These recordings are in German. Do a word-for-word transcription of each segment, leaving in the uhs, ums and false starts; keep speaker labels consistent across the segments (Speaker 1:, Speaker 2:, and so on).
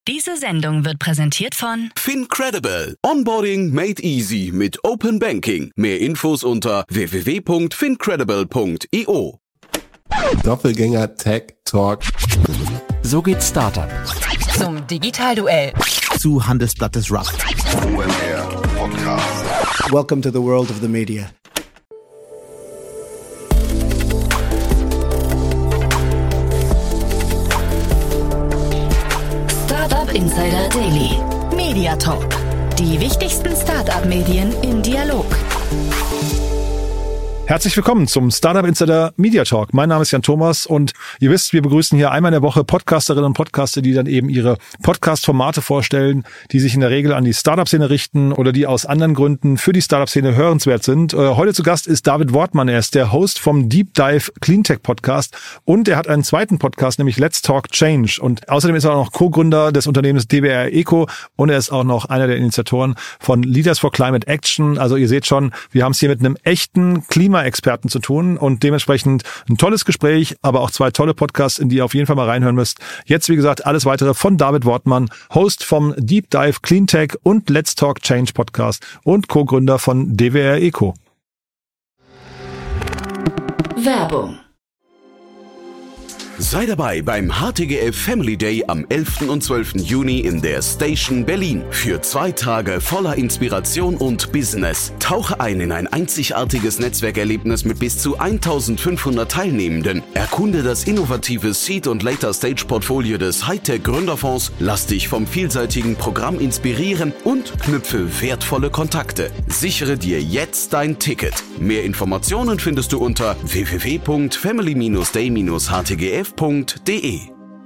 Speaker 1: Diese Sendung wird präsentiert von
Speaker 2: FinCredible. Onboarding made easy mit Open Banking. Mehr Infos unter w w w punkt fincredible punkt i o.
Speaker 3: Doppelgänger Tech Talk.
Speaker 4: So geht Startup.
Speaker 1: Zum Digitalduell.
Speaker 4: Zu Handelsblatt des Rust.
Speaker 5: O M R Podcast.
Speaker 6: Welcome to the world of the media.
Speaker 1: Startup Insider Daily. Media Talk. Die wichtigsten Startup-Medien im Dialog.
Speaker 7: Herzlich willkommen zum Startup Insider Media Talk. Mein Name ist Jan Thomas und ihr wisst, wir begrüßen hier einmal in der Woche Podcasterinnen und Podcaster, die dann eben ihre Podcast-Formate vorstellen, die sich in der Regel an die Startup-Szene richten oder die aus anderen Gründen für die Startup-Szene hörenswert sind. Heute zu Gast ist David Wortmann. Er ist der Host vom Deep Dive Cleantech Podcast und er hat einen zweiten Podcast, nämlich Let's Talk Change. Und außerdem ist er auch noch Co-Gründer des Unternehmens D W R Eco und er ist auch noch einer der Initiatoren von Leaders for Climate Action. Also ihr seht schon, wir haben es hier mit einem echten Klima Experten zu tun und dementsprechend ein tolles Gespräch, aber auch zwei tolle Podcasts, in die ihr auf jeden Fall mal reinhören müsst. Jetzt, wie gesagt, alles weitere von David Wortmann, Host vom Deep Dive Cleantech und Let's Talk Change Podcast und Co-Gründer von D W R Eco.
Speaker 1: Werbung.
Speaker 2: Sei dabei beim H T G F Family Day am elften und zwölften Juni in der Station Berlin. Für zwei Tage voller Inspiration und Business. Tauche ein in ein einzigartiges Netzwerkerlebnis mit bis zu eintausendfünfhundert Teilnehmenden. Erkunde das innovative Seed- und Later-Stage-Portfolio des Hightech-Gründerfonds. Lass dich vom vielseitigen Programm inspirieren und knüpfe wertvolle Kontakte. Sichere dir jetzt dein Ticket. Mehr Informationen findest du unter w w w punkt family day dash h t g f punkt d e.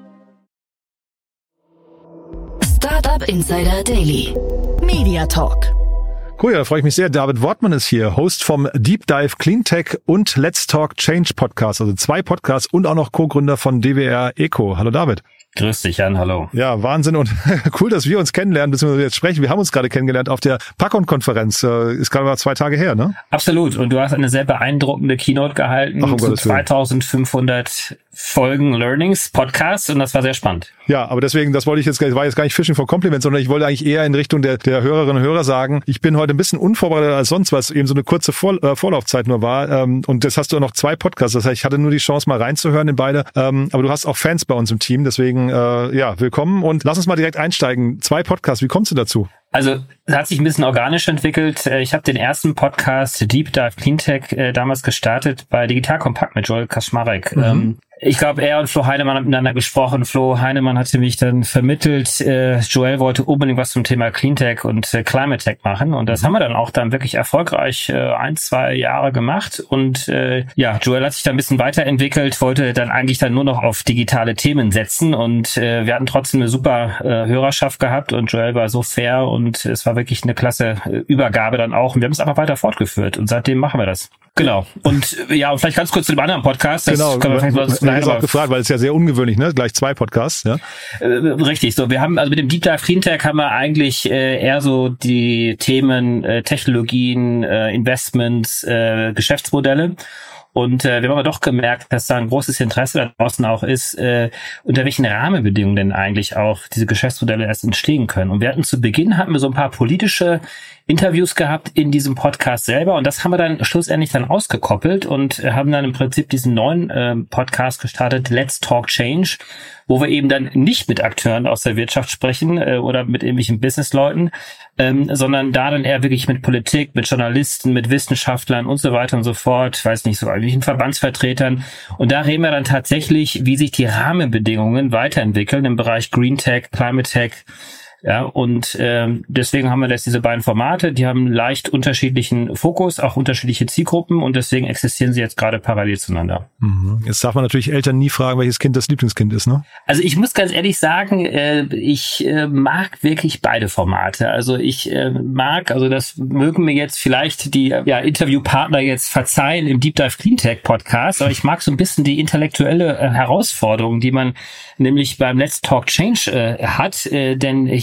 Speaker 1: Startup Insider Daily. Media Talk.
Speaker 7: Cool, ja, da freue ich mich sehr. David Wortmann ist hier, Host vom Deep Dive Cleantech und Let's Talk Change Podcast, also zwei Podcasts und auch noch Co-Gründer von D W R Eco. Hallo David.
Speaker 8: Grüß dich, Jan, hallo.
Speaker 7: Ja, Wahnsinn und cool, dass wir uns kennenlernen, beziehungsweise jetzt sprechen. Wir haben uns gerade kennengelernt auf der Packon-Konferenz. Ist gerade mal zwei Tage her, ne?
Speaker 8: Absolut. Und du hast eine sehr beeindruckende Keynote gehalten.
Speaker 7: Ach, um
Speaker 8: zu zweitausendfünfhundert Folgen Learnings Podcast und das war sehr spannend.
Speaker 7: Ja, aber deswegen, das wollte ich jetzt, war jetzt gar nicht Fishing for Compliments, sondern ich wollte eigentlich eher in Richtung der, der Hörerinnen und Hörer sagen, ich bin heute ein bisschen unvorbereitet als sonst, weil es eben so eine kurze Vor, äh, Vorlaufzeit nur war. Ähm, und jetzt hast du noch zwei Podcasts. Das heißt, ich hatte nur die Chance, mal reinzuhören in beide. Ähm, aber du hast auch Fans bei uns im Team, deswegen, äh, ja, willkommen und lass uns mal direkt einsteigen. Zwei Podcasts, wie kommst du dazu?
Speaker 8: Also, es hat sich ein bisschen organisch entwickelt. Ich habe den ersten Podcast Deep Dive Cleantech äh, damals gestartet bei Digital Compact mit Joel Kaczmarek. Mhm. Ähm, ich glaube, er und Flo Heinemann haben miteinander gesprochen. Flo Heinemann hatte mich dann vermittelt. Äh, Joel wollte unbedingt was zum Thema Cleantech und äh, Climate Tech machen. Und das haben wir dann auch dann wirklich erfolgreich äh, ein, zwei Jahre gemacht. Und äh, ja, Joel hat sich da ein bisschen weiterentwickelt, wollte dann eigentlich dann nur noch auf digitale Themen setzen. Und äh, wir hatten trotzdem eine super äh, Hörerschaft gehabt. Und Joel war so fair und es war wirklich eine klasse äh, Übergabe dann auch. Und wir haben es einfach weiter fortgeführt. Und seitdem machen wir das. Genau. Und äh, ja, und vielleicht ganz kurz zu dem anderen Podcast. Das
Speaker 7: genau.
Speaker 8: können wir vielleicht
Speaker 7: Ich habe auch gefragt, weil es ja sehr ungewöhnlich, ne? Gleich zwei Podcasts, ja.
Speaker 8: Äh, richtig, so. Wir haben, also mit dem Deep Dive Cleantech haben wir eigentlich äh, eher so die Themen äh, Technologien, äh, Investments, äh, Geschäftsmodelle. Und äh, wir haben aber doch gemerkt, dass da ein großes Interesse da draußen auch ist, äh, unter welchen Rahmenbedingungen denn eigentlich auch diese Geschäftsmodelle erst entstehen können. Und wir hatten zu Beginn, hatten wir so ein paar politische Interviews gehabt in diesem Podcast selber und das haben wir dann schlussendlich dann ausgekoppelt und haben dann im Prinzip diesen neuen äh, Podcast gestartet, Let's Talk Change, wo wir eben dann nicht mit Akteuren aus der Wirtschaft sprechen äh, oder mit irgendwelchen Businessleuten, ähm, sondern da dann eher wirklich mit Politik, mit Journalisten, mit Wissenschaftlern und so weiter und so fort, weiß nicht, so irgendwelchen Verbandsvertretern. Und da reden wir dann tatsächlich, wie sich die Rahmenbedingungen weiterentwickeln im Bereich Green Tech, Climate Tech. Ja, und ähm, deswegen haben wir jetzt diese beiden Formate, die haben leicht unterschiedlichen Fokus, auch unterschiedliche Zielgruppen und deswegen existieren sie jetzt gerade parallel zueinander.
Speaker 7: Mhm. Jetzt darf man natürlich Eltern nie fragen, welches Kind das Lieblingskind ist, ne?
Speaker 8: Also ich muss ganz ehrlich sagen, äh, ich äh, mag wirklich beide Formate. Also ich äh, mag, also das mögen mir jetzt vielleicht die ja, Interviewpartner jetzt verzeihen im Deep Dive Cleantech Podcast, aber ich mag so ein bisschen die intellektuelle äh, Herausforderung, die man nämlich beim Let's Talk Change äh, hat, äh, denn hier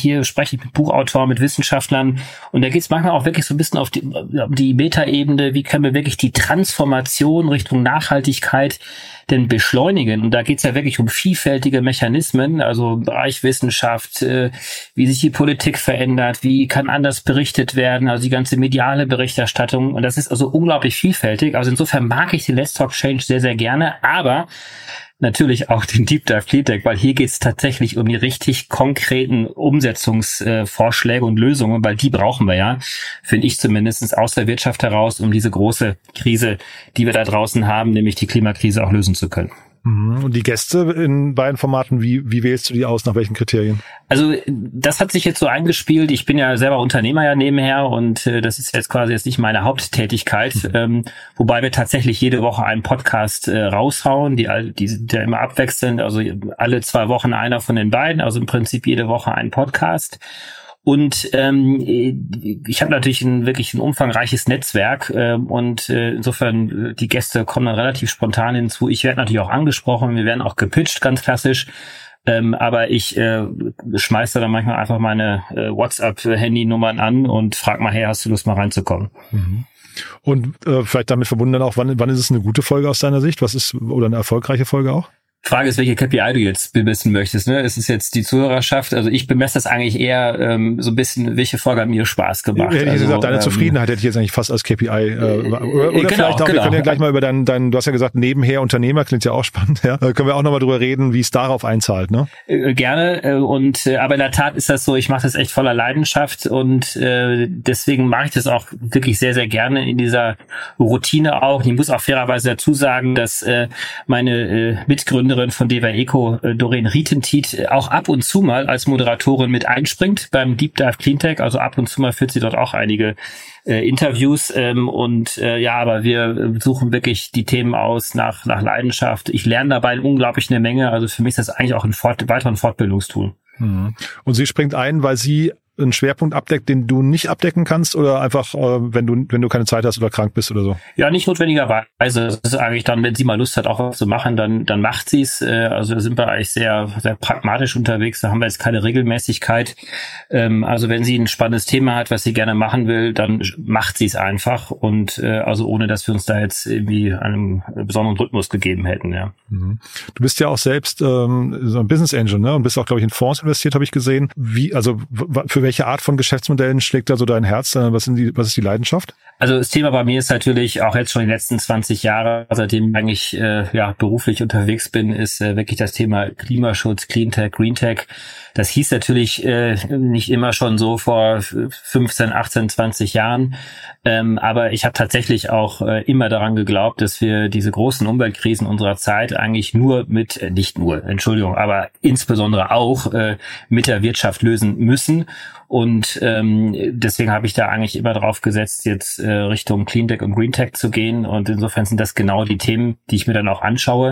Speaker 8: hier spreche ich mit Buchautoren, mit Wissenschaftlern und da geht es manchmal auch wirklich so ein bisschen auf die, um die Metaebene, wie können wir wirklich die Transformation Richtung Nachhaltigkeit denn beschleunigen? Und da geht es ja wirklich um vielfältige Mechanismen, also Bereich Wissenschaft, äh, wie sich die Politik verändert, wie kann anders berichtet werden, also die ganze mediale Berichterstattung. Und das ist also unglaublich vielfältig. Also insofern mag ich die Let's Talk Change sehr, sehr gerne, aber natürlich auch den Deep Dive Cleantech, weil hier geht es tatsächlich um die richtig konkreten Umsetzungsvorschläge äh, und Lösungen, weil die brauchen wir ja, finde ich zumindest aus der Wirtschaft heraus, um diese große Krise, die wir da draußen haben, nämlich die Klimakrise auch lösen zu können.
Speaker 7: Und die Gäste in beiden Formaten, wie, wie wählst du die aus, nach welchen Kriterien?
Speaker 8: Also das hat sich jetzt so eingespielt. Ich bin ja selber Unternehmer ja nebenher und äh, das ist jetzt quasi jetzt nicht meine Haupttätigkeit, mhm. ähm, wobei wir tatsächlich jede Woche einen Podcast äh, raushauen, die, die sind ja immer abwechselnd, also alle zwei Wochen einer von den beiden, also im Prinzip jede Woche ein Podcast. Und ähm, ich habe natürlich ein wirklich ein umfangreiches Netzwerk äh, und äh, insofern die Gäste kommen dann relativ spontan hinzu. Ich werde natürlich auch angesprochen, wir werden auch gepitcht, ganz klassisch. Ähm, aber ich äh, schmeiße dann manchmal einfach meine äh, WhatsApp-Handynummern an und frage mal, hey, hast du Lust mal reinzukommen?
Speaker 7: Mhm. Und äh, vielleicht damit verbunden dann auch, wann, wann ist es eine gute Folge aus deiner Sicht? Was ist oder eine erfolgreiche Folge auch?
Speaker 8: Frage ist, welche K P I du jetzt bemessen möchtest. Ne? Ist es jetzt die Zuhörerschaft? Also ich bemesse das eigentlich eher ähm, so ein bisschen, welche Folge hat mir Spaß gemacht.
Speaker 7: Ja,
Speaker 8: also,
Speaker 7: gesagt, deine ähm, Zufriedenheit hätte ich jetzt eigentlich fast als K P I. Äh, oder oder genau, vielleicht auch, genau. Wir können ja gleich mal über dein, dein, du hast ja gesagt, nebenher Unternehmer, klingt ja auch spannend. Ja, da können wir auch nochmal drüber reden, wie es darauf einzahlt. Ne?
Speaker 8: Äh, gerne. Äh, und äh, aber in der Tat ist das so, ich mache das echt voller Leidenschaft und äh, deswegen mache ich das auch wirklich sehr, sehr gerne in dieser Routine auch. Ich muss auch fairerweise dazu sagen, dass äh, meine äh, Mitgründerin von D W Eco, Doreen Rietentiet, auch ab und zu mal als Moderatorin mit einspringt beim Deep Dive Cleantech. Also ab und zu mal führt sie dort auch einige äh, Interviews. Ähm, und äh, ja, aber wir suchen wirklich die Themen aus nach nach Leidenschaft. Ich lerne dabei unglaublich eine Menge. Also für mich ist das eigentlich auch ein Fort- weiteren Fortbildungstool.
Speaker 7: Mhm. Und sie springt ein, weil sie einen Schwerpunkt abdeckt, den du nicht abdecken kannst oder einfach, äh, wenn du wenn du keine Zeit hast oder krank bist oder so?
Speaker 8: Ja, nicht notwendigerweise. Das ist eigentlich dann, wenn sie mal Lust hat, auch was zu machen, dann dann macht sie es. Äh, also da sind wir eigentlich sehr sehr pragmatisch unterwegs. Da haben wir jetzt keine Regelmäßigkeit. Ähm, also wenn sie ein spannendes Thema hat, was sie gerne machen will, dann macht sie es einfach und äh, also ohne, dass wir uns da jetzt irgendwie einen besonderen Rhythmus gegeben hätten. Ja.
Speaker 7: Mhm. Du bist ja auch selbst ähm, so ein Business Angel, ne? Und bist auch, glaube ich, in Fonds investiert, habe ich gesehen. Wie, also w- für welche Art von Geschäftsmodellen schlägt da so dein Herz? Was sind die, was ist die Leidenschaft?
Speaker 8: Also das Thema bei mir ist natürlich auch jetzt schon die letzten zwanzig Jahre, seitdem ich eigentlich äh, ja beruflich unterwegs bin, ist äh, wirklich das Thema Klimaschutz, Cleantech, Greentech. Das hieß natürlich äh, nicht immer schon so vor fünfzehn, achtzehn, zwanzig Jahren, ähm, aber ich habe tatsächlich auch äh, immer daran geglaubt, dass wir diese großen Umweltkrisen unserer Zeit eigentlich nur mit, äh, nicht nur, Entschuldigung, aber insbesondere auch äh, mit der Wirtschaft lösen müssen. Und ähm, deswegen habe ich da eigentlich immer drauf gesetzt, jetzt äh, Richtung Cleantech und Greentech zu gehen. Und insofern sind das genau die Themen, die ich mir dann auch anschaue.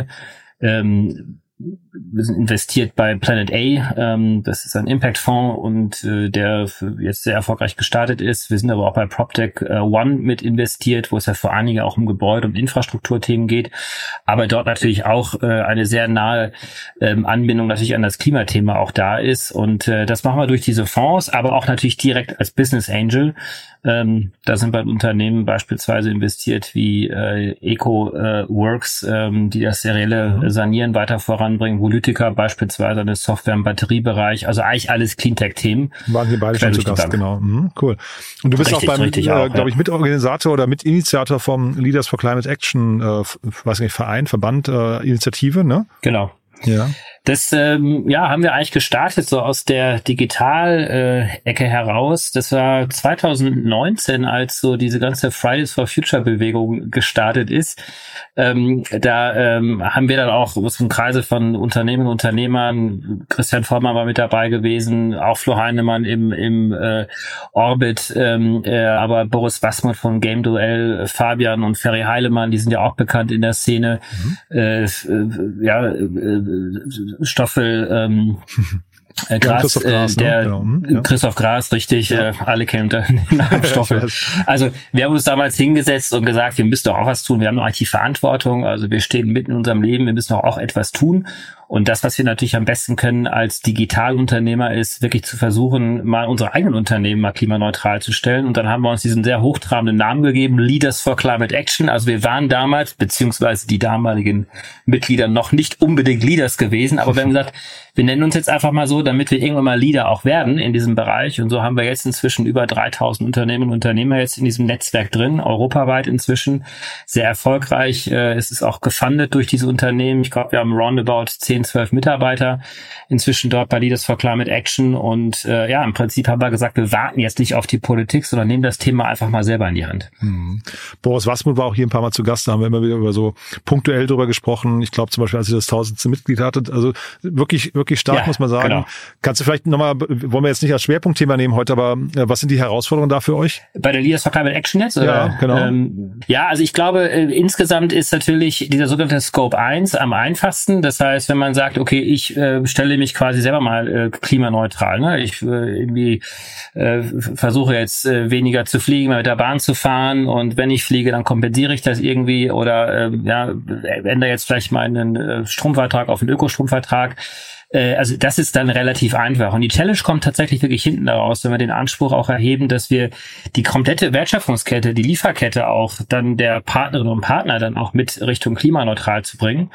Speaker 8: Ähm, wir sind investiert bei Planet A, ähm, das ist ein Impact-Fonds und äh, der jetzt sehr erfolgreich gestartet ist. Wir sind aber auch bei PropTech äh, One mit investiert, wo es ja vor einigen auch um Gebäude- und Infrastrukturthemen geht, aber dort natürlich auch äh, eine sehr nahe ähm, Anbindung natürlich an das Klimathema auch da ist und äh, das machen wir durch diese Fonds, aber auch natürlich direkt als Business Angel. Ähm, da sind bei Unternehmen beispielsweise investiert wie äh, EcoWorks, äh, ähm, die das serielle Sanieren weiter voranbringen, Volytica beispielsweise, eine Software im Batteriebereich, also eigentlich alles Cleantech-Themen.
Speaker 7: Waren wir beide schon zu Gast, genau. Mhm, cool. Und du bist richtig, auch beim, äh, glaube ja. ich, Mitorganisator oder Mitinitiator vom Leaders for Climate Action, äh, weiß nicht, Verein, Verband, äh, Initiative, ne?
Speaker 8: Genau.
Speaker 7: Ja.
Speaker 8: Das ähm, ja haben wir eigentlich gestartet so aus der Digital-Ecke äh, heraus. Das war zwanzig neunzehn, als so diese ganze Fridays for Future Bewegung gestartet ist. Ähm, da ähm, haben wir dann auch aus dem Kreise von Unternehmen und Unternehmern, Christian Vollmann war mit dabei gewesen, auch Flo Heinemann im im äh, Orbit, ähm, äh, aber Boris Wasmuth von Game Duell, Fabian und Ferry Heilemann, die sind ja auch bekannt in der Szene. Mhm. Äh, äh, ja, äh, Stoffel ähm, äh, Gras, ja, Gras, äh, der ne? genau. ja. Christoph Gras, richtig, ja. äh, alle kennen den Namen Stoffel. Also wir haben uns damals hingesetzt und gesagt, wir müssen doch auch was tun, wir haben doch eigentlich die Verantwortung, also wir stehen mitten in unserem Leben, wir müssen doch auch etwas tun. Und das, was wir natürlich am besten können als Digitalunternehmer, ist wirklich zu versuchen, mal unsere eigenen Unternehmen mal klimaneutral zu stellen. Und dann haben wir uns diesen sehr hochtrabenden Namen gegeben, Leaders for Climate Action. Also wir waren damals, beziehungsweise die damaligen Mitglieder, noch nicht unbedingt Leaders gewesen, aber wir haben gesagt, wir nennen uns jetzt einfach mal so, damit wir irgendwann mal Leader auch werden in diesem Bereich. Und so haben wir jetzt inzwischen über dreitausend Unternehmen und Unternehmer jetzt in diesem Netzwerk drin, europaweit inzwischen. Sehr erfolgreich. Es ist auch gefundet durch diese Unternehmen. Ich glaube, wir haben roundabout zehn, zwölf Mitarbeiter inzwischen dort bei Leaders for Climate Action. Und äh, ja, im Prinzip haben wir gesagt, wir warten jetzt nicht auf die Politik, sondern nehmen das Thema einfach mal selber in die Hand.
Speaker 7: Hm. Boris Wasmund war auch hier ein paar Mal zu Gast. Da haben wir immer wieder über so punktuell drüber gesprochen. Ich glaube zum Beispiel, als ihr das tausendste Mitglied hattet. Also wirklich, wirklich stark, ja, muss man sagen. Genau. Kannst du vielleicht nochmal, wollen wir jetzt nicht als Schwerpunktthema nehmen heute, aber äh, was sind die Herausforderungen da für euch?
Speaker 8: Bei der Leaders for Climate Action jetzt? Oder?
Speaker 7: Ja, genau.
Speaker 8: Ähm, ja, also ich glaube, äh, insgesamt ist natürlich dieser sogenannte Scope eins am einfachsten. Das heißt, wenn man sagt, okay, ich äh, stelle mich quasi selber mal äh, klimaneutral. Ne? Ich äh, irgendwie äh, versuche jetzt äh, weniger zu fliegen, mal mit der Bahn zu fahren, und wenn ich fliege, dann kompensiere ich das irgendwie oder äh, ja, ändere jetzt vielleicht meinen äh, Stromvertrag auf einen Ökostromvertrag. Also das ist dann relativ einfach. Und die Challenge kommt tatsächlich wirklich hinten daraus, wenn wir den Anspruch auch erheben, dass wir die komplette Wertschöpfungskette, die Lieferkette auch dann der Partnerinnen und Partner dann auch mit Richtung klimaneutral zu bringen.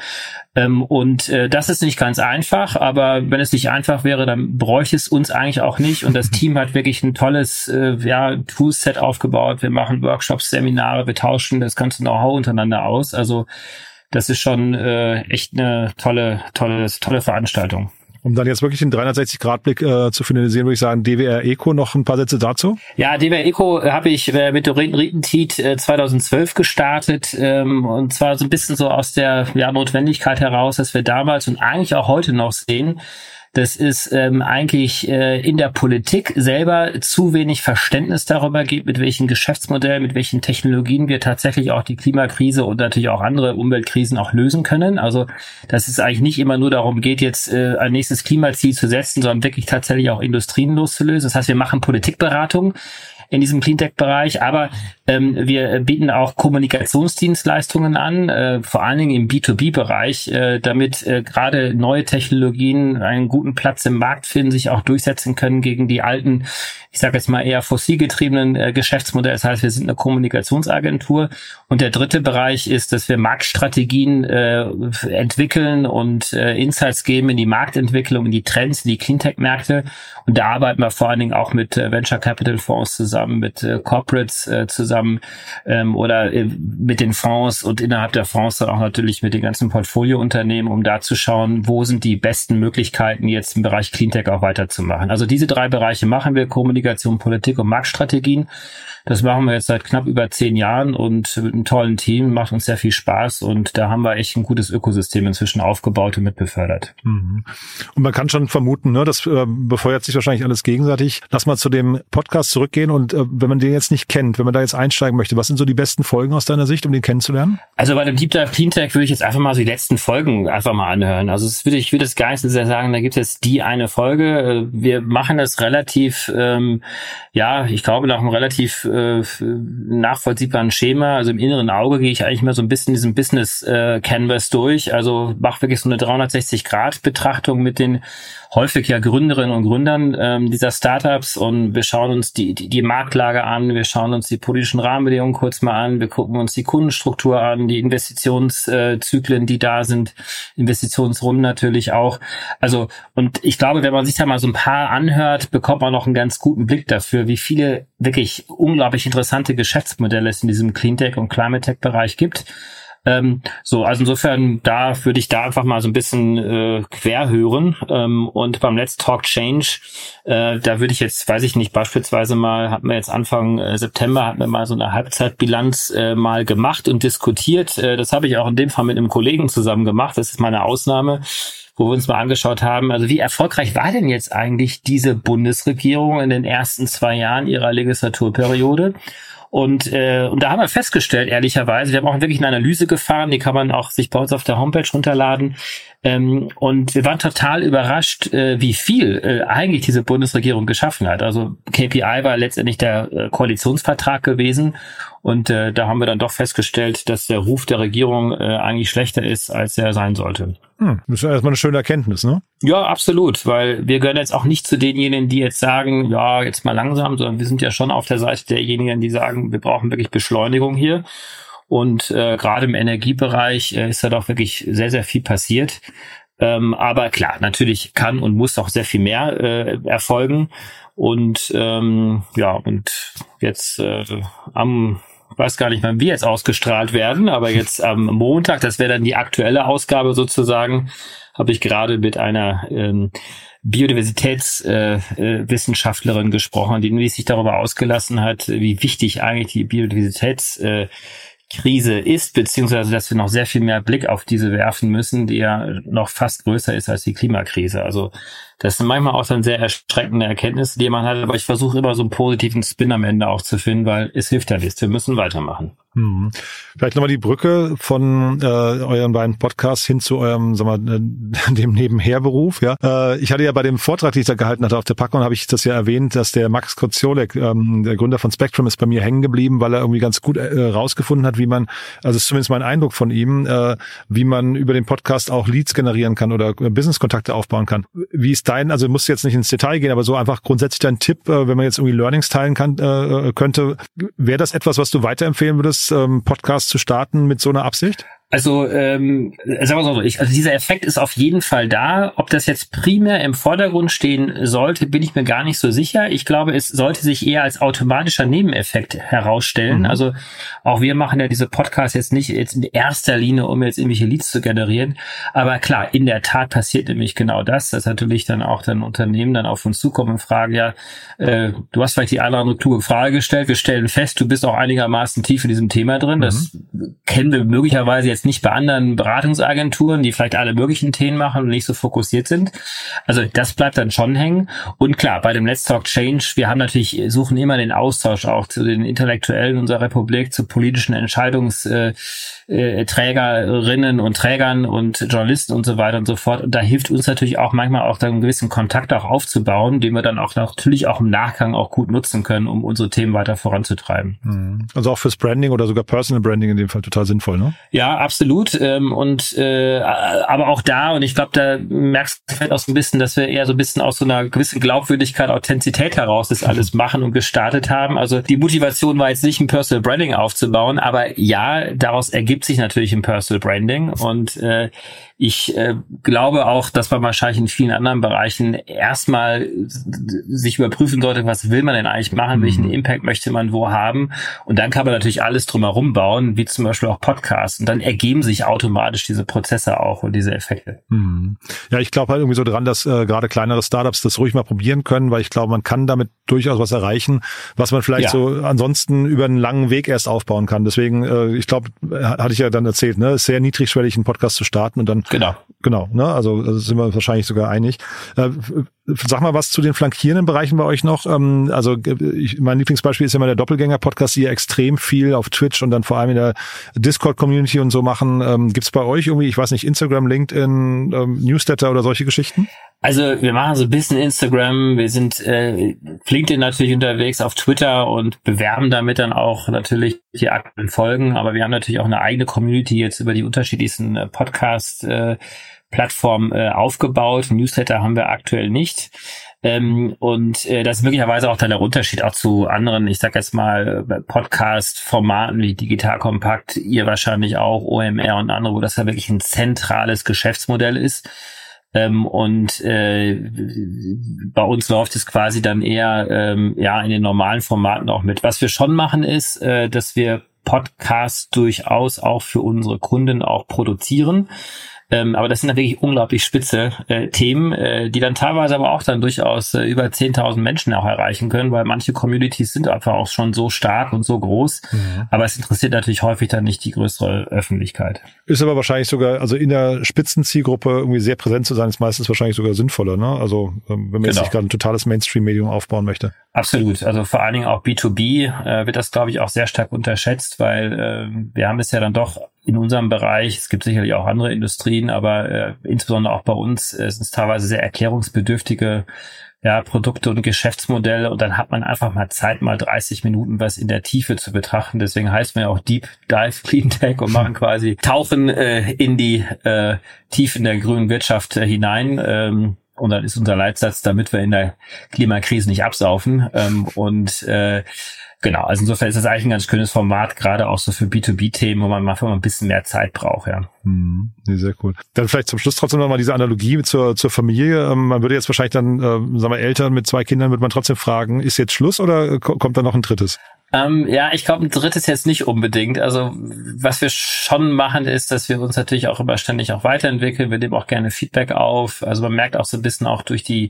Speaker 8: Und das ist nicht ganz einfach, aber wenn es nicht einfach wäre, dann bräuchte es uns eigentlich auch nicht. Und das Team hat wirklich ein tolles ja, Toolset aufgebaut. Wir machen Workshops, Seminare, wir tauschen das ganze Know-how untereinander aus. Also das ist schon äh, echt eine tolle, tolle, tolle Veranstaltung.
Speaker 7: Um dann jetzt wirklich den dreihundertsechzig-Grad-Blick äh, zu finalisieren, würde ich sagen, D W R Eco, noch ein paar Sätze dazu?
Speaker 8: Ja, D W R Eco habe ich äh, mit Doreen Rietentit äh, zweitausendzwölf gestartet, ähm, und zwar so ein bisschen so aus der ja, Notwendigkeit heraus, dass wir damals und eigentlich auch heute noch sehen, dass es ähm, eigentlich äh, in der Politik selber zu wenig Verständnis darüber gibt, mit welchen Geschäftsmodellen, mit welchen Technologien wir tatsächlich auch die Klimakrise und natürlich auch andere Umweltkrisen auch lösen können. Also dass es eigentlich nicht immer nur darum geht, jetzt äh, ein nächstes Klimaziel zu setzen, sondern wirklich tatsächlich auch Industrien loszulösen. Das heißt, wir machen Politikberatung in diesem Cleantech-Bereich, aber ähm, wir bieten auch Kommunikationsdienstleistungen an, äh, vor allen Dingen im B zwei B-Bereich, äh, damit äh, gerade neue Technologien einen guten Platz im Markt finden, sich auch durchsetzen können gegen die alten, ich sage jetzt mal eher fossilgetriebenen äh, Geschäftsmodelle. Das heißt, wir sind eine Kommunikationsagentur. Und der dritte Bereich ist, dass wir Marktstrategien äh, entwickeln und äh, Insights geben in die Marktentwicklung, in die Trends, in die Cleantech-Märkte. Und da arbeiten wir vor allen Dingen auch mit äh, Venture Capital Fonds zusammen, mit äh, Corporates äh, zusammen ähm, oder äh, mit den Fonds und innerhalb der Fonds dann auch natürlich mit den ganzen Portfoliounternehmen, um da zu schauen, wo sind die besten Möglichkeiten, jetzt im Bereich Cleantech auch weiterzumachen. Also diese drei Bereiche machen wir: Kommunikation, Politik und Marktstrategien. Das machen wir jetzt seit knapp über zehn Jahren und mit einem tollen Team, macht uns sehr viel Spaß, und da haben wir echt ein gutes Ökosystem inzwischen aufgebaut und mit befördert.
Speaker 7: Mhm. Und man kann schon vermuten, ne, das äh, befeuert sich wahrscheinlich alles gegenseitig. Lass mal zu dem Podcast zurückgehen, und äh, wenn man den jetzt nicht kennt, wenn man da jetzt einsteigen möchte, was sind so die besten Folgen aus deiner Sicht, um den kennenzulernen?
Speaker 8: Also bei dem Deep Dive Cleantech würde ich jetzt einfach mal so die letzten Folgen einfach mal anhören. Also es würde, ich würde es gar nicht so sehr sagen, da gibt es jetzt die eine Folge. Wir machen das relativ, ähm, ja, ich glaube nach einem relativ äh, nachvollziehbaren Schema. Also im inneren Auge gehe ich eigentlich mal so ein bisschen diesen Business äh, Canvas durch. Also mache wirklich so eine dreihundertsechzig Grad Betrachtung mit den häufig ja Gründerinnen und Gründern ähm, dieser Startups, und wir schauen uns die, die die Marktlage an, wir schauen uns die politischen Rahmenbedingungen kurz mal an, wir gucken uns die Kundenstruktur an, die Investitionszyklen, die da sind, Investitionsrunden natürlich auch. Also, und ich glaube, wenn man sich da mal so ein paar anhört, bekommt man noch einen ganz guten Blick dafür, wie viele wirklich unglaublich interessante Geschäftsmodelle es in diesem Cleantech- und Climate-Tech-Bereich gibt. Ähm, so, also insofern, da würde ich da einfach mal so ein bisschen äh, quer hören. Ähm, und beim Let's Talk Change, äh, da würde ich jetzt, weiß ich nicht, beispielsweise mal, hatten wir jetzt Anfang äh, September, hatten wir mal so eine Halbzeitbilanz äh, mal gemacht und diskutiert. Äh, das habe ich auch in dem Fall mit einem Kollegen zusammen gemacht. Das ist meine Ausnahme, wo wir uns mal angeschaut haben, also wie erfolgreich war denn jetzt eigentlich diese Bundesregierung in den ersten zwei Jahren ihrer Legislaturperiode? Und äh, und da haben wir festgestellt, ehrlicherweise, wir haben auch wirklich eine Analyse gefahren, die kann man auch sich bei uns auf der Homepage runterladen. Ähm, und wir waren total überrascht, äh, wie viel äh, eigentlich diese Bundesregierung geschaffen hat. Also K P I war letztendlich der äh, Koalitionsvertrag gewesen. Und äh, da haben wir dann doch festgestellt, dass der Ruf der Regierung äh, eigentlich schlechter ist, als er sein sollte.
Speaker 7: Hm, das ist ja erstmal eine schöne Erkenntnis, ne?
Speaker 8: Ja, absolut, weil wir gehören jetzt auch nicht zu denjenigen, die jetzt sagen, ja, jetzt mal langsam, sondern wir sind ja schon auf der Seite derjenigen, die sagen, wir brauchen wirklich Beschleunigung hier. Und äh, gerade im Energiebereich äh, ist da doch wirklich sehr, sehr viel passiert. Ähm, aber klar, natürlich kann und muss auch sehr viel mehr äh, erfolgen. Und ähm, ja, und jetzt äh, am, weiß gar nicht, wann wir jetzt ausgestrahlt werden, aber jetzt am Montag, das wäre dann die aktuelle Ausgabe sozusagen, habe ich gerade mit einer ähm, Biodiversitätswissenschaftlerin äh, äh, gesprochen, die sich darüber ausgelassen hat, wie wichtig eigentlich die Biodiversitäts äh, Krise ist, beziehungsweise dass wir noch sehr viel mehr Blick auf diese werfen müssen, die ja noch fast größer ist als die Klimakrise. Also das sind manchmal auch dann sehr erschreckende Erkenntnisse, die man hat, aber ich versuche immer so einen positiven Spin am Ende auch zu finden, weil es hilft ja nichts, wir müssen weitermachen.
Speaker 7: Hm. Vielleicht nochmal die Brücke von äh, euren beiden Podcasts hin zu eurem, sag mal, äh, dem Nebenherberuf. Ja, äh, ich hatte ja bei dem Vortrag, den ich da gehalten hatte auf der Packung, habe ich das ja erwähnt, dass der Max Koziolek, ähm, der Gründer von Spectrum, ist bei mir hängen geblieben, weil er irgendwie ganz gut äh, rausgefunden hat, wie man, also ist zumindest mein Eindruck von ihm, äh, wie man über den Podcast auch Leads generieren kann oder äh, Business-Kontakte aufbauen kann. Wie ist dein, also musst du jetzt nicht ins Detail gehen, aber so einfach grundsätzlich dein Tipp, äh, wenn man jetzt irgendwie Learnings teilen kann, äh, könnte, wäre das etwas, was du weiterempfehlen würdest, ähm, Podcast zu starten mit so einer Absicht?
Speaker 8: Also, ähm, sagen wir mal so, ich, also dieser Effekt ist auf jeden Fall da. Ob das jetzt primär im Vordergrund stehen sollte, bin ich mir gar nicht so sicher. Ich glaube, es sollte sich eher als automatischer Nebeneffekt herausstellen. Mhm. Also auch wir machen ja diese Podcasts jetzt nicht jetzt in erster Linie, um jetzt irgendwelche Leads zu generieren. Aber klar, in der Tat passiert nämlich genau das, dass natürlich dann auch dann Unternehmen dann auf uns zukommen und fragen, ja, äh, du hast vielleicht die eine oder andere kluge Frage gestellt. Wir stellen fest, du bist auch einigermaßen tief in diesem Thema drin. Mhm. Das kennen wir möglicherweise jetzt nicht bei anderen Beratungsagenturen, die vielleicht alle möglichen Themen machen und nicht so fokussiert sind. Also das bleibt dann schon hängen. Und klar, bei dem Let's Talk Change, wir haben natürlich, suchen immer den Austausch auch zu den Intellektuellen unserer Republik, zu politischen Entscheidungsträgerinnen und Trägern und Journalisten und so weiter und so fort. Und da hilft uns natürlich auch manchmal auch da einen gewissen Kontakt auch aufzubauen, den wir dann auch natürlich auch im Nachgang auch gut nutzen können, um unsere Themen weiter voranzutreiben.
Speaker 7: Also auch fürs Branding oder sogar Personal Branding in dem Fall total sinnvoll, ne?
Speaker 8: Ja, absolut. Ähm, und äh, aber auch da, und ich glaube, da merkst du vielleicht auch so ein bisschen, dass wir eher so ein bisschen aus so einer gewissen Glaubwürdigkeit, Authentizität heraus das alles machen und gestartet haben. Also die Motivation war jetzt nicht, ein Personal Branding aufzubauen, aber ja, daraus ergibt sich natürlich ein Personal Branding. Und äh, ich äh, glaube auch, dass man wahrscheinlich in vielen anderen Bereichen erstmal sich überprüfen sollte, was will man denn eigentlich machen, mhm. welchen Impact möchte man wo haben. Und dann kann man natürlich alles drumherum bauen, wie zum Beispiel auch Podcasts. Und dann ergeben sich automatisch diese Prozesse auch und diese Effekte.
Speaker 7: Mhm. Ja, ich glaube halt irgendwie so dran, dass äh, gerade kleinere Startups das ruhig mal probieren können, weil ich glaube, man kann damit durchaus was erreichen, was man vielleicht ja. so ansonsten über einen langen Weg erst aufbauen kann. Deswegen, äh, ich glaube, hatte ich ja dann erzählt, ne, ist sehr niedrigschwellig, einen Podcast zu starten und dann
Speaker 8: Genau.
Speaker 7: Genau, ne? Also, also sind wir wahrscheinlich sogar einig. Äh, sag mal was zu den flankierenden Bereichen bei euch noch. Ähm, also ich, mein Lieblingsbeispiel ist ja mal der Doppelgänger-Podcast, die ja extrem viel auf Twitch und dann vor allem in der Discord-Community und so machen. Ähm, gibt's bei euch irgendwie, ich weiß nicht, Instagram, LinkedIn, ähm, Newsletter oder solche Geschichten?
Speaker 8: Also wir machen so ein bisschen Instagram, wir sind äh, LinkedIn natürlich unterwegs, auf Twitter und bewerben damit dann auch natürlich die aktuellen Folgen, aber wir haben natürlich auch eine eigene Community jetzt über die unterschiedlichsten äh, Podcast-Plattformen äh, äh, aufgebaut. Newsletter haben wir aktuell nicht. Ähm, und äh, das ist möglicherweise auch dann der Unterschied auch zu anderen, ich sag jetzt mal, Podcast-Formaten wie Digital Kompakt, ihr wahrscheinlich auch, O M R und andere, wo das ja wirklich ein zentrales Geschäftsmodell ist. Ähm, und äh, bei uns läuft es quasi dann eher ähm, ja in den normalen Formaten auch mit. Was wir schon machen ist, äh, dass wir Podcasts durchaus auch für unsere Kunden auch produzieren. Ähm, aber das sind dann wirklich unglaublich spitze äh, Themen, äh, die dann teilweise aber auch dann durchaus äh, über zehntausend Menschen auch erreichen können, weil manche Communities sind einfach auch schon so stark und so groß. Mhm. Aber es interessiert natürlich häufig dann nicht die größere Öffentlichkeit.
Speaker 7: Ist aber wahrscheinlich sogar, also in der Spitzenzielgruppe irgendwie sehr präsent zu sein, ist meistens wahrscheinlich sogar sinnvoller, ne? Also wenn man genau. jetzt nicht gerade ein totales Mainstream-Medium aufbauen möchte.
Speaker 8: Absolut. Also vor allen Dingen auch B zwei B äh, wird das, glaube ich, auch sehr stark unterschätzt, weil äh, wir haben es ja dann doch in unserem Bereich, es gibt sicherlich auch andere Industrien, aber äh, insbesondere auch bei uns äh, sind es teilweise sehr erklärungsbedürftige ja, Produkte und Geschäftsmodelle, und dann hat man einfach mal Zeit, mal dreißig Minuten was in der Tiefe zu betrachten. Deswegen heißt man ja auch Deep Dive Cleantech und machen quasi Tauchen äh, in die äh, Tiefen der grünen Wirtschaft äh, hinein. Ähm, und dann ist unser Leitsatz, damit wir in der Klimakrise nicht absaufen. Ähm, und äh, Genau, also insofern ist das eigentlich ein ganz schönes Format, gerade auch so für B zwei B-Themen, wo man manchmal ein bisschen mehr Zeit braucht, ja.
Speaker 7: Hm, nee, sehr cool. Dann vielleicht zum Schluss trotzdem nochmal diese Analogie zur, zur Familie. Ähm, man würde jetzt wahrscheinlich dann, äh, sagen wir, Eltern mit zwei Kindern, würde man trotzdem fragen, ist jetzt Schluss oder kommt da noch ein drittes?
Speaker 8: Ähm, ja, ich glaube, ein drittes jetzt nicht unbedingt. Also was wir schon machen, ist, dass wir uns natürlich auch immer ständig auch weiterentwickeln. Wir nehmen auch gerne Feedback auf. Also man merkt auch so ein bisschen auch durch die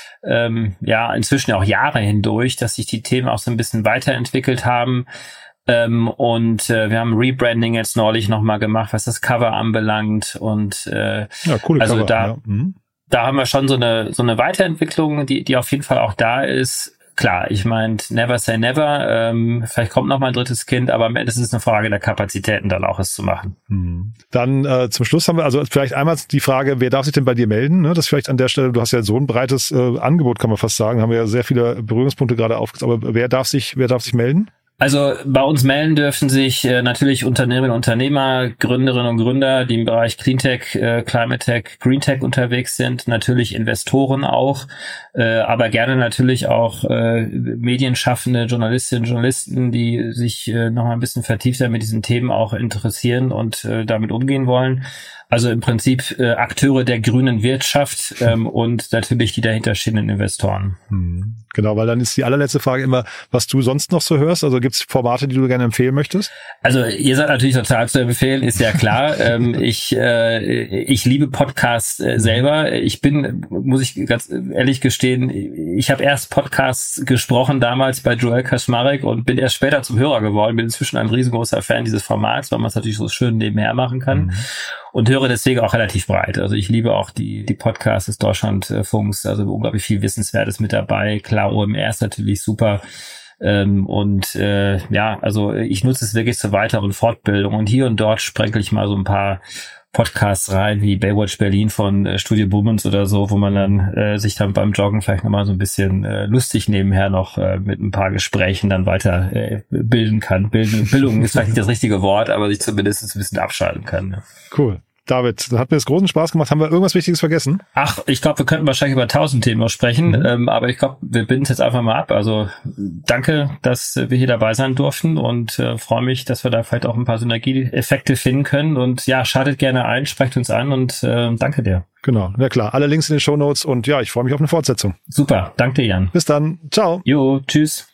Speaker 8: Ähm, ja, inzwischen auch Jahre hindurch, dass sich die Themen auch so ein bisschen weiterentwickelt haben. Ähm, und äh, wir haben Rebranding jetzt neulich nochmal gemacht, was das Cover anbelangt. Und äh,
Speaker 7: ja, coole
Speaker 8: also
Speaker 7: Cover,
Speaker 8: da,
Speaker 7: ja. Mhm.
Speaker 8: da haben wir schon so eine so eine Weiterentwicklung, die die auf jeden Fall auch da ist. Klar, ich meine, never say never. Ähm, vielleicht kommt noch mal ein drittes Kind, aber am Ende ist es eine Frage der Kapazitäten, dann auch es zu machen.
Speaker 7: Hm. Dann äh, zum Schluss haben wir also vielleicht einmal die Frage, wer darf sich denn bei dir melden? Ne? Das vielleicht an der Stelle, du hast ja so ein breites äh, Angebot, kann man fast sagen, haben wir ja sehr viele Berührungspunkte gerade aufgezeigt. Aber wer darf sich, wer darf sich melden?
Speaker 8: Also bei uns melden dürfen sich äh, natürlich Unternehmerinnen und Unternehmer, Gründerinnen und Gründer, die im Bereich Cleantech, äh, Climate Tech, Green Tech unterwegs sind, natürlich Investoren auch, äh, aber gerne natürlich auch äh, Medienschaffende, Journalistinnen und Journalisten, die sich äh, noch mal ein bisschen vertiefter mit diesen Themen auch interessieren und äh, damit umgehen wollen. Also im Prinzip äh, Akteure der grünen Wirtschaft ähm, und natürlich die dahinterstehenden Investoren.
Speaker 7: Hm. Genau, weil dann ist die allerletzte Frage immer, was du sonst noch so hörst. Also gibt es Formate, die du gerne empfehlen möchtest?
Speaker 8: Also ihr seid natürlich total zu empfehlen, ist ja klar. ähm, ich äh, ich liebe Podcasts äh, selber. Ich bin, muss ich ganz ehrlich gestehen, ich habe erst Podcasts gesprochen damals bei Joel Kaczmarek und bin erst später zum Hörer geworden. Bin inzwischen ein riesengroßer Fan dieses Formats, weil man es natürlich so schön nebenher machen kann. Mhm. Und höre deswegen auch relativ breit. Also ich liebe auch die die Podcasts des Deutschlandfunks, also unglaublich viel Wissenswertes mit dabei. Klar, O M R ist natürlich super. Ähm, und äh, ja, also ich nutze es wirklich zur weiteren Fortbildung. Und hier und dort sprenkel ich mal so ein paar Podcasts rein, wie Baywatch Berlin von äh, Studio Bummens oder so, wo man dann äh, sich dann beim Joggen vielleicht nochmal so ein bisschen äh, lustig nebenher noch äh, mit ein paar Gesprächen dann weiter äh, bilden kann. Bilden, Bildung ist vielleicht nicht das richtige Wort, aber sich zumindest ein bisschen abschalten kann. Ne?
Speaker 7: Cool. David, hat mir das großen Spaß gemacht. Haben wir irgendwas Wichtiges vergessen?
Speaker 8: Ach, ich glaube, wir könnten wahrscheinlich über tausend Themen noch sprechen, mhm. ähm, aber ich glaube, wir binden es jetzt einfach mal ab. Also danke, dass wir hier dabei sein durften und äh, freue mich, dass wir da vielleicht auch ein paar Synergieeffekte finden können. Und ja, schaltet gerne ein, sprecht uns an und äh, danke dir.
Speaker 7: Genau, na klar. Alle Links in den Shownotes und ja, ich freue mich auf eine Fortsetzung.
Speaker 8: Super, danke dir, Jan.
Speaker 7: Bis dann. Ciao.
Speaker 8: Jo, tschüss.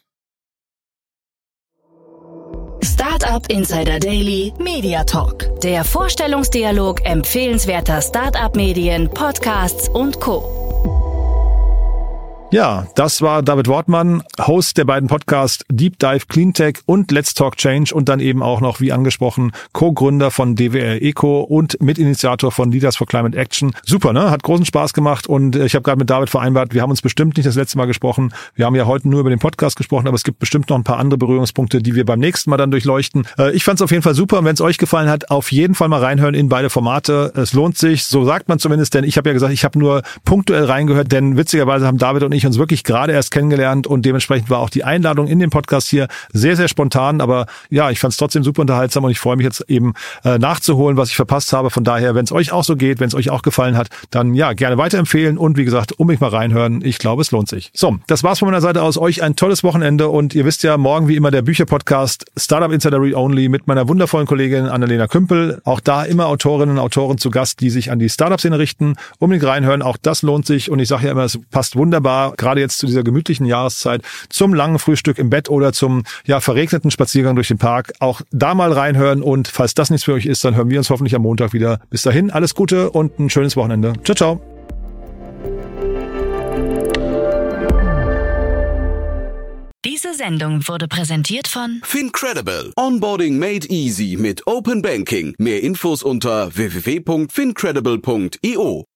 Speaker 1: Startup Insider Daily Media Talk. Der Vorstellungsdialog empfehlenswerter Startup-Medien, Podcasts und Co.
Speaker 7: Ja, das war David Wortmann, Host der beiden Podcasts Deep Dive Cleantech und Let's Talk Change und dann eben auch noch, wie angesprochen, Co-Gründer von D W R Eco und Mitinitiator von Leaders for Climate Action. Super, ne? Hat großen Spaß gemacht und ich habe gerade mit David vereinbart, wir haben uns bestimmt nicht das letzte Mal gesprochen. Wir haben ja heute nur über den Podcast gesprochen, aber es gibt bestimmt noch ein paar andere Berührungspunkte, die wir beim nächsten Mal dann durchleuchten. Ich fand es auf jeden Fall super und wenn es euch gefallen hat, auf jeden Fall mal reinhören in beide Formate. Es lohnt sich, so sagt man zumindest, denn ich habe ja gesagt, ich habe nur punktuell reingehört, denn witzigerweise haben David und ich uns wirklich gerade erst kennengelernt und dementsprechend war auch die Einladung in den Podcast hier sehr, sehr spontan, aber ja, ich fand es trotzdem super unterhaltsam und ich freue mich jetzt eben äh, nachzuholen, was ich verpasst habe. Von daher, wenn es euch auch so geht, wenn es euch auch gefallen hat, dann ja, gerne weiterempfehlen und wie gesagt, unbedingt mal reinhören. Ich glaube, es lohnt sich. So, das war's von meiner Seite aus. Euch ein tolles Wochenende und ihr wisst ja, morgen wie immer der Bücherpodcast Startup Insider Read Only mit meiner wundervollen Kollegin Annalena Kümpel. Auch da immer Autorinnen und Autoren zu Gast, die sich an die Startup-Szene richten. Unbedingt reinhören, auch das lohnt sich und ich sage ja immer, es passt wunderbar, gerade jetzt zu dieser gemütlichen Jahreszeit, zum langen Frühstück im Bett oder zum ja verregneten Spaziergang durch den Park. Auch da mal reinhören und falls das nichts für euch ist, dann hören wir uns hoffentlich am Montag wieder. Bis dahin, alles Gute und ein schönes Wochenende. Ciao, ciao.
Speaker 1: Diese Sendung wurde präsentiert von
Speaker 2: Fincredible. Onboarding made easy mit Open Banking. Mehr Infos unter w w w punkt fincredible punkt i o.